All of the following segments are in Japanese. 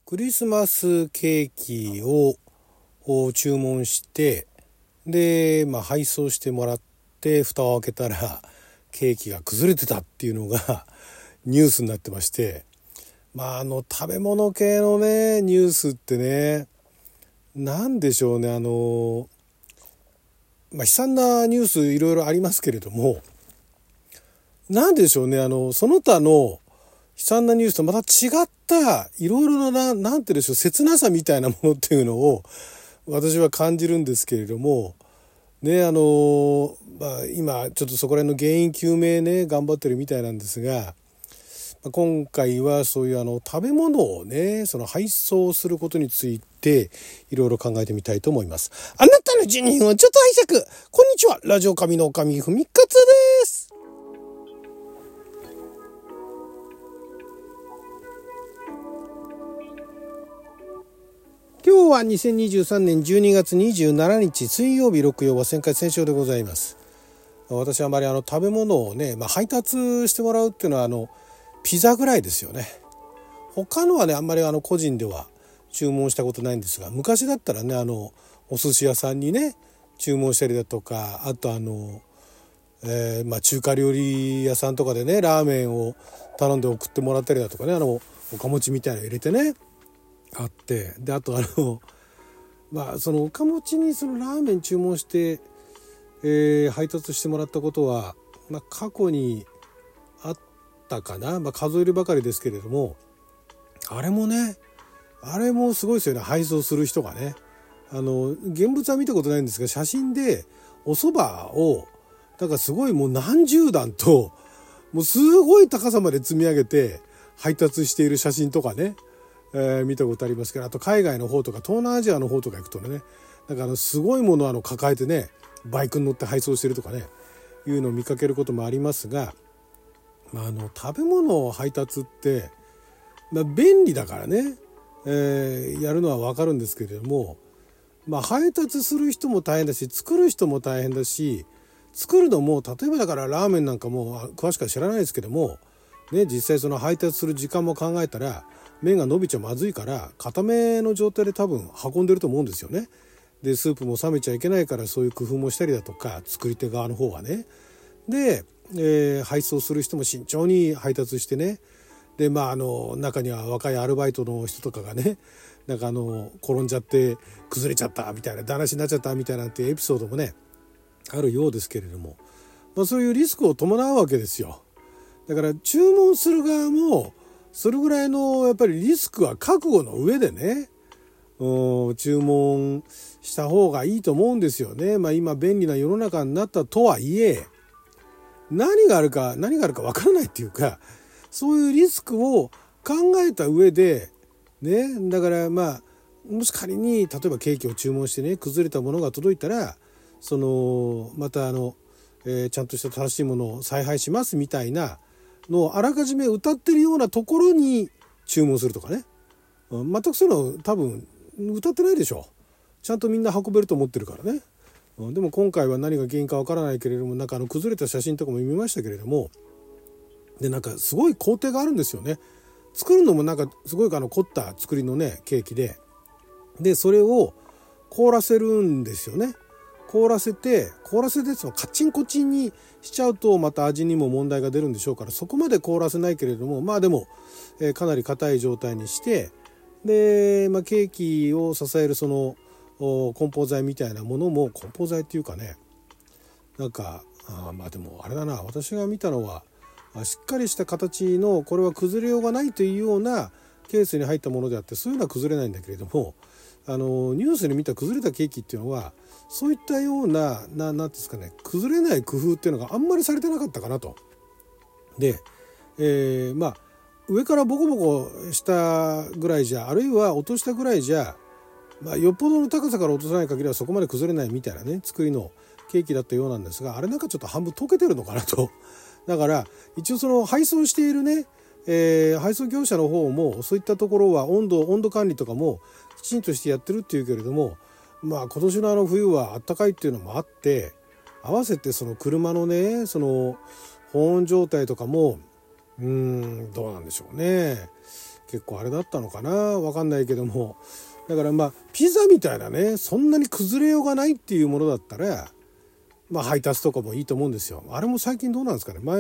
クリスマスケーキを注文して、で、配送してもらって蓋を開けたらケーキが崩れてたっていうのがニュースになってまして、食べ物系のねニュースってね、なんでしょうね、悲惨なニュースいろいろありますけれども、なんでしょうね、その他の悲惨なニュースとまた違ったいろいろな、なんて言うんでしょう、切なさみたいなものっていうのを私は感じるんですけれどもね、今ちょっとそこら辺の原因究明ね頑張ってるみたいなんですが、今回はそういう食べ物をねその配送することについていろいろ考えてみたいと思います。あなたの12分をちょっと拝借。こんにちは、ラジオ神の神ふみかつです。今日は2023年12月27日水曜日、六曜は旋回戦勝でございます。私はあまり食べ物をね、配達してもらうっていうのはピザぐらいですよね。他のはねあんまり個人では注文したことないんですが、昔だったらねお寿司屋さんにね注文したりだとか、あと中華料理屋さんとかでねラーメンを頼んで送ってもらったりだとかね、おかもちみたいなの入れてねあって、であとそのおかもちにそのラーメン注文して、配達してもらったことは、過去にあったかな、数えるばかりですけれども、あれもすごいですよね。配送する人がね、現物は見たことないんですが、写真でお蕎麦をすごいもう何十段ともうすごい高さまで積み上げて配達している写真とかね、見たことありますけど、あと海外の方とか東南アジアの方とか行くとね、すごいものを抱えてねバイクに乗って配送してるとかねいうのを見かけることもありますが、食べ物を配達って、便利だからね、やるのは分かるんですけれども、配達する人も大変だし作る人も大変だし、作るのも例えばだからラーメンなんかも詳しくは知らないですけどもね、実際その配達する時間も考えたら麺が伸びちゃまずいから固めの状態で多分運んでると思うんですよね。でスープも冷めちゃいけないからそういう工夫もしたりだとか、作り手側の方はね、で、配送する人も慎重に配達してね、で中には若いアルバイトの人とかがね転んじゃって崩れちゃったみたいな、だらしになっちゃったみたいなっていうエピソードもねあるようですけれども、そういうリスクを伴うわけですよ。だから注文する側もそれぐらいのやっぱりリスクは覚悟の上でね注文した方がいいと思うんですよね。今便利な世の中になったとはいえ、何があるか分からないっていうか、そういうリスクを考えた上でね、だからもし仮に例えばケーキを注文してね崩れたものが届いたら、またちゃんとした正しいものを采配しますみたいなのをあらかじめ歌ってるようなところに注文するとかね、全くそういうの多分歌ってないでしょ。ちゃんとみんな運べると思ってるからね。でも今回は何が原因かわからないけれども、崩れた写真とかも見ましたけれども、ですごい工程があるんですよね。作るのもすごい凝った作りのねケーキでそれを凍らせるんですよね。凍らせてそのカチンコチンにしちゃうとまた味にも問題が出るんでしょうから、そこまで凍らせないけれども、でも、かなり硬い状態にして、で、ケーキを支えるその梱包材みたいなものも、梱包材っていうかね、でもあれだな、私が見たのはしっかりした形の、これは崩れようがないというようなケースに入ったものであって、そういうのは崩れないんだけれども、ニュースで見た崩れたケーキっていうのはそういったようなんていうんですかね、崩れない工夫っていうのがあんまりされてなかったかなと。で、上からボコボコしたぐらいじゃ、あるいは落としたぐらいじゃ、よっぽどの高さから落とさない限りはそこまで崩れないみたいなね作りのケーキだったようなんですが、あれちょっと半分溶けてるのかなと。だから一応その配送しているね、配送業者の方もそういったところは温度管理とかもきちんとしてやってるっていうけれども、今年の冬はあったかいっていうのもあって、合わせてその車のねその保温状態とかもどうなんでしょうね。 結構あれだったのかな、わかんないけども、だからまあピザみたいなね、そんなに崩れようがないっていうものだったらまあ配達とかもいいと思うんですよ。あれも最近どうなんですかね。前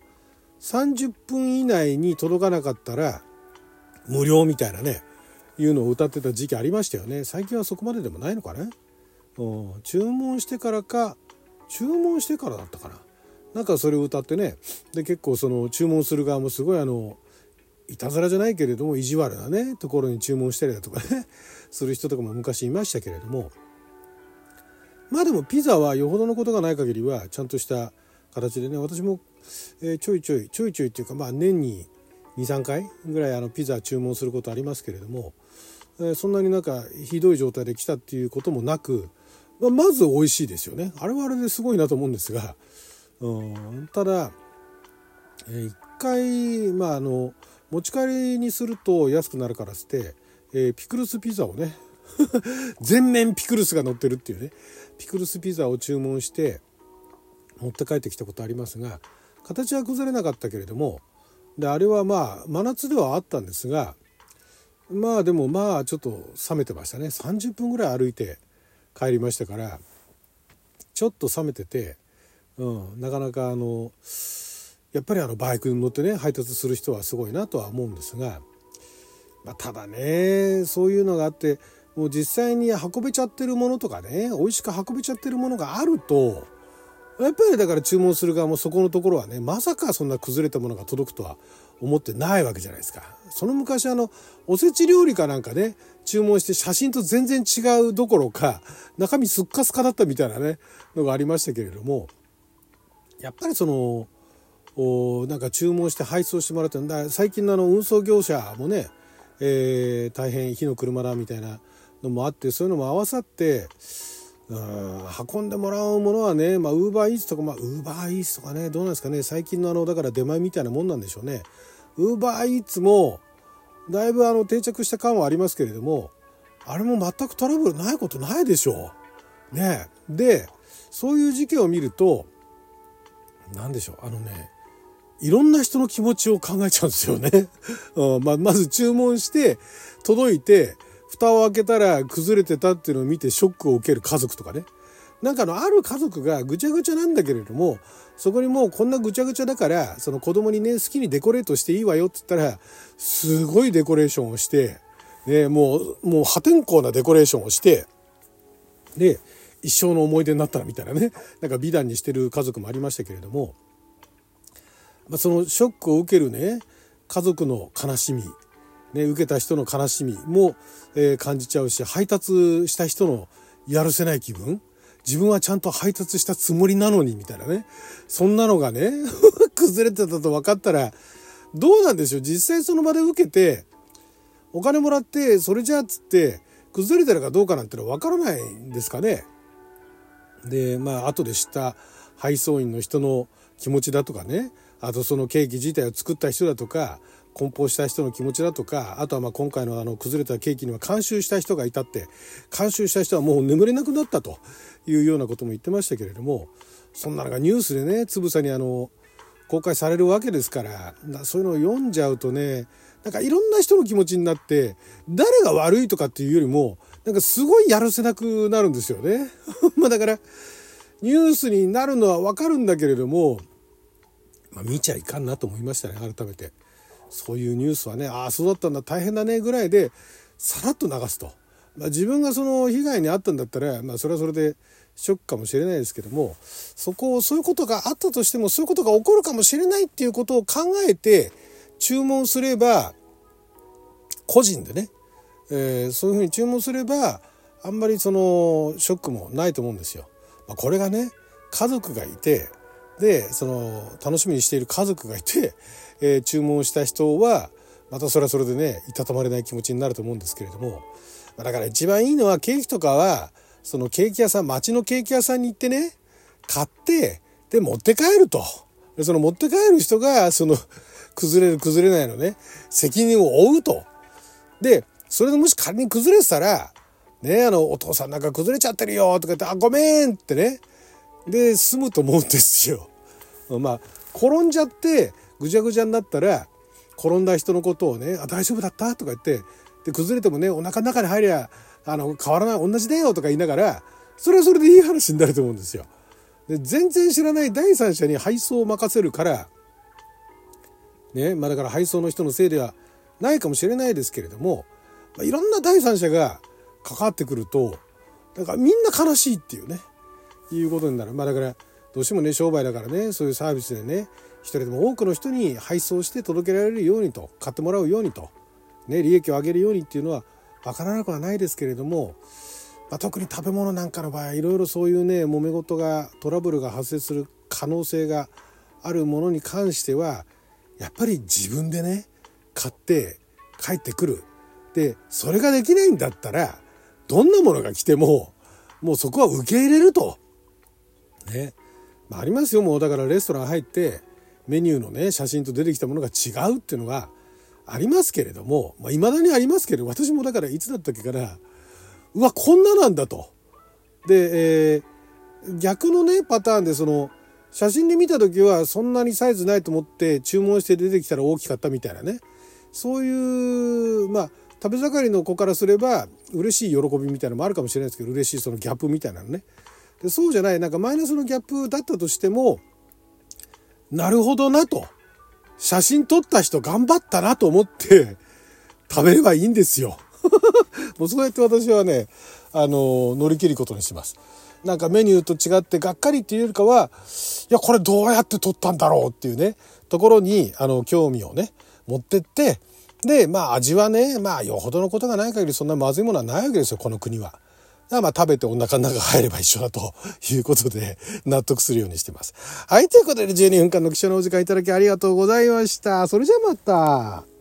30分以内に届かなかったら無料みたいなね、いうのを歌ってた時期ありましたよね。最近はそこまででもないのかな。注文してからだったかな。なんかそれを歌ってね、で結構その注文する側もすごいいたずらじゃないけれども意地悪なねところに注文したりだとかねする人とかも昔いましたけれども、まあでもピザはよほどのことがない限りはちゃんとした形でね、私も、ちょいちょいっていうか、まあ年に 2,3 回ぐらいピザ注文することありますけれども、そんなになんかひどい状態で来たっていうこともなく、まず美味しいですよね。あれはあれですごいなと思うんですが、ただ一回持ち帰りにすると安くなるからって、ピクルスピザをね全面ピクルスが乗ってるっていうね、ピクルスピザを注文して持って帰ってきたことありますが、形は崩れなかったけれども、であれはまあ真夏ではあったんですが、まあでもまあちょっと冷めてましたね。30分ぐらい歩いて帰りましたからちょっと冷めてて、なかなかやっぱりバイクに乗ってね配達する人はすごいなとは思うんですが、ただねそういうのがあって、もう実際に運べちゃってるものとかね、美味しく運べちゃってるものがあると、やっぱりだから注文する側もそこのところはね、まさかそんな崩れたものが届くとは思ってないわけじゃないですか。その昔おせち料理かなんかね注文して写真と全然違うどころか中身すっかすかだったみたいなねのがありましたけれども、やっぱりなんか注文して配送してもらって、最近の運送業者もね、大変火の車だみたいなのもあって、そういうのも合わさって運んでもらうものはね、ウーバーイーツとかウーバーイーツとかね、どうなんですかね、最近のだから出前みたいなもんなんでしょうね。ウーバーイーツもだいぶ定着した感はありますけれども、あれも全くトラブルないことないでしょうね。でそういう事件を見るとなんでしょう、いろんな人の気持ちを考えちゃうんですよね。まず注文して届いて蓋を開けたら崩れてたっていうのを見てショックを受ける家族とかね、なんかある家族がぐちゃぐちゃなんだけれども、そこにもうこんなぐちゃぐちゃだからその子供にね好きにデコレートしていいわよって言ったらすごいデコレーションをして、もう破天荒なデコレーションをしてで一生の思い出になったみたいなね、なんか美談にしてる家族もありましたけれども、そのショックを受けるね家族の悲しみ、受けた人の悲しみも、感じちゃうし、配達した人のやるせない気分、自分はちゃんと配達したつもりなのにみたいなね、そんなのがね崩れてたと分かったらどうなんでしょう。実際その場で受けてお金もらってそれじゃあっつって崩れてるかどうかなんてのは分からないんですかね。で後で知った配送員の人の気持ちだとかね、あとそのケーキ自体を作った人だとか梱包した人の気持ちだとか、あとは今回の崩れたケーキには監修した人がいたって、監修した人はもう眠れなくなったというようなことも言ってましたけれども、そんなのがニュースでねつぶさに公開されるわけですから、そういうのを読んじゃうとね、なんかいろんな人の気持ちになって誰が悪いとかっていうよりもなんかすごいやるせなくなるんですよねだからニュースになるのは分かるんだけれども、見ちゃいかんなと思いましたね。改めてそういうニュースはね、そうだったんだ大変だねぐらいでさらっと流すと、自分がその被害に遭ったんだったら、それはそれでショックかもしれないですけども、そういうことがあったとしてもそういうことが起こるかもしれないっていうことを考えて注文すれば、個人でね、そういうふうに注文すればあんまりそのショックもないと思うんですよ。これがね家族がいて、で楽しみにしている家族がいて、注文した人はまたそれはそれでねいたたまれない気持ちになると思うんですけれども、だから一番いいのはケーキとかはそのケーキ屋さん、町のケーキ屋さんに行ってね買ってで持って帰ると、でその持って帰る人がその崩れる崩れないのね責任を負うと。でそれでもし仮に崩れてたらね、お父さんなんか崩れちゃってるよとか言ってごめんってねで済むと思うんですよ。転んじゃってぐちゃぐちゃになったら転んだ人のことをね、大丈夫だったとか言って、で崩れてもねお腹の中に入りゃ変わらない、同じだよとか言いながら、それはそれでいい話になると思うんですよ。で全然知らない第三者に配送を任せるからね、だから配送の人のせいではないかもしれないですけれども、いろんな第三者が関わってくると、だからみんな悲しいっていうね、いうことになる。だからどうしてもね、商売だからね、そういうサービスでね、一人でも多くの人に配送して届けられるようにと、買ってもらうようにとね、利益を上げるようにっていうのは分からなくはないですけれども、特に食べ物なんかの場合はいろいろそういうね、揉め事が、トラブルが発生する可能性があるものに関しては、やっぱり自分でね買って帰ってくる。でそれができないんだったら、どんなものが来てももうそこは受け入れるとね、ありますよ。もうだからレストラン入ってメニューのね写真と出てきたものが違うっていうのがありますけれども、未だにありますけど、私もだからいつだったっけから、うわこんななんだと。で、逆のねパターンで、その写真で見た時はそんなにサイズないと思って注文して出てきたら大きかったみたいなね、そういう食べ盛りの子からすれば嬉しい喜びみたいなのもあるかもしれないですけど、嬉しいそのギャップみたいなのね。でそうじゃない、マイナスのギャップだったとしても、なるほどなと、写真撮った人頑張ったなと思って食べればいいんですよもうそうやって私はね乗り切ることにします。メニューと違ってがっかりっていうよりかは、いやこれどうやって撮ったんだろうっていうねところに興味をね持ってって、で味はねよほどのことがない限りそんなまずいものはないわけですよ、この国は。だから食べてお腹の中入れば一緒だということで納得するようにしてます。はい、ということで12分間の記者のお時間いただきありがとうございました。それじゃあまた。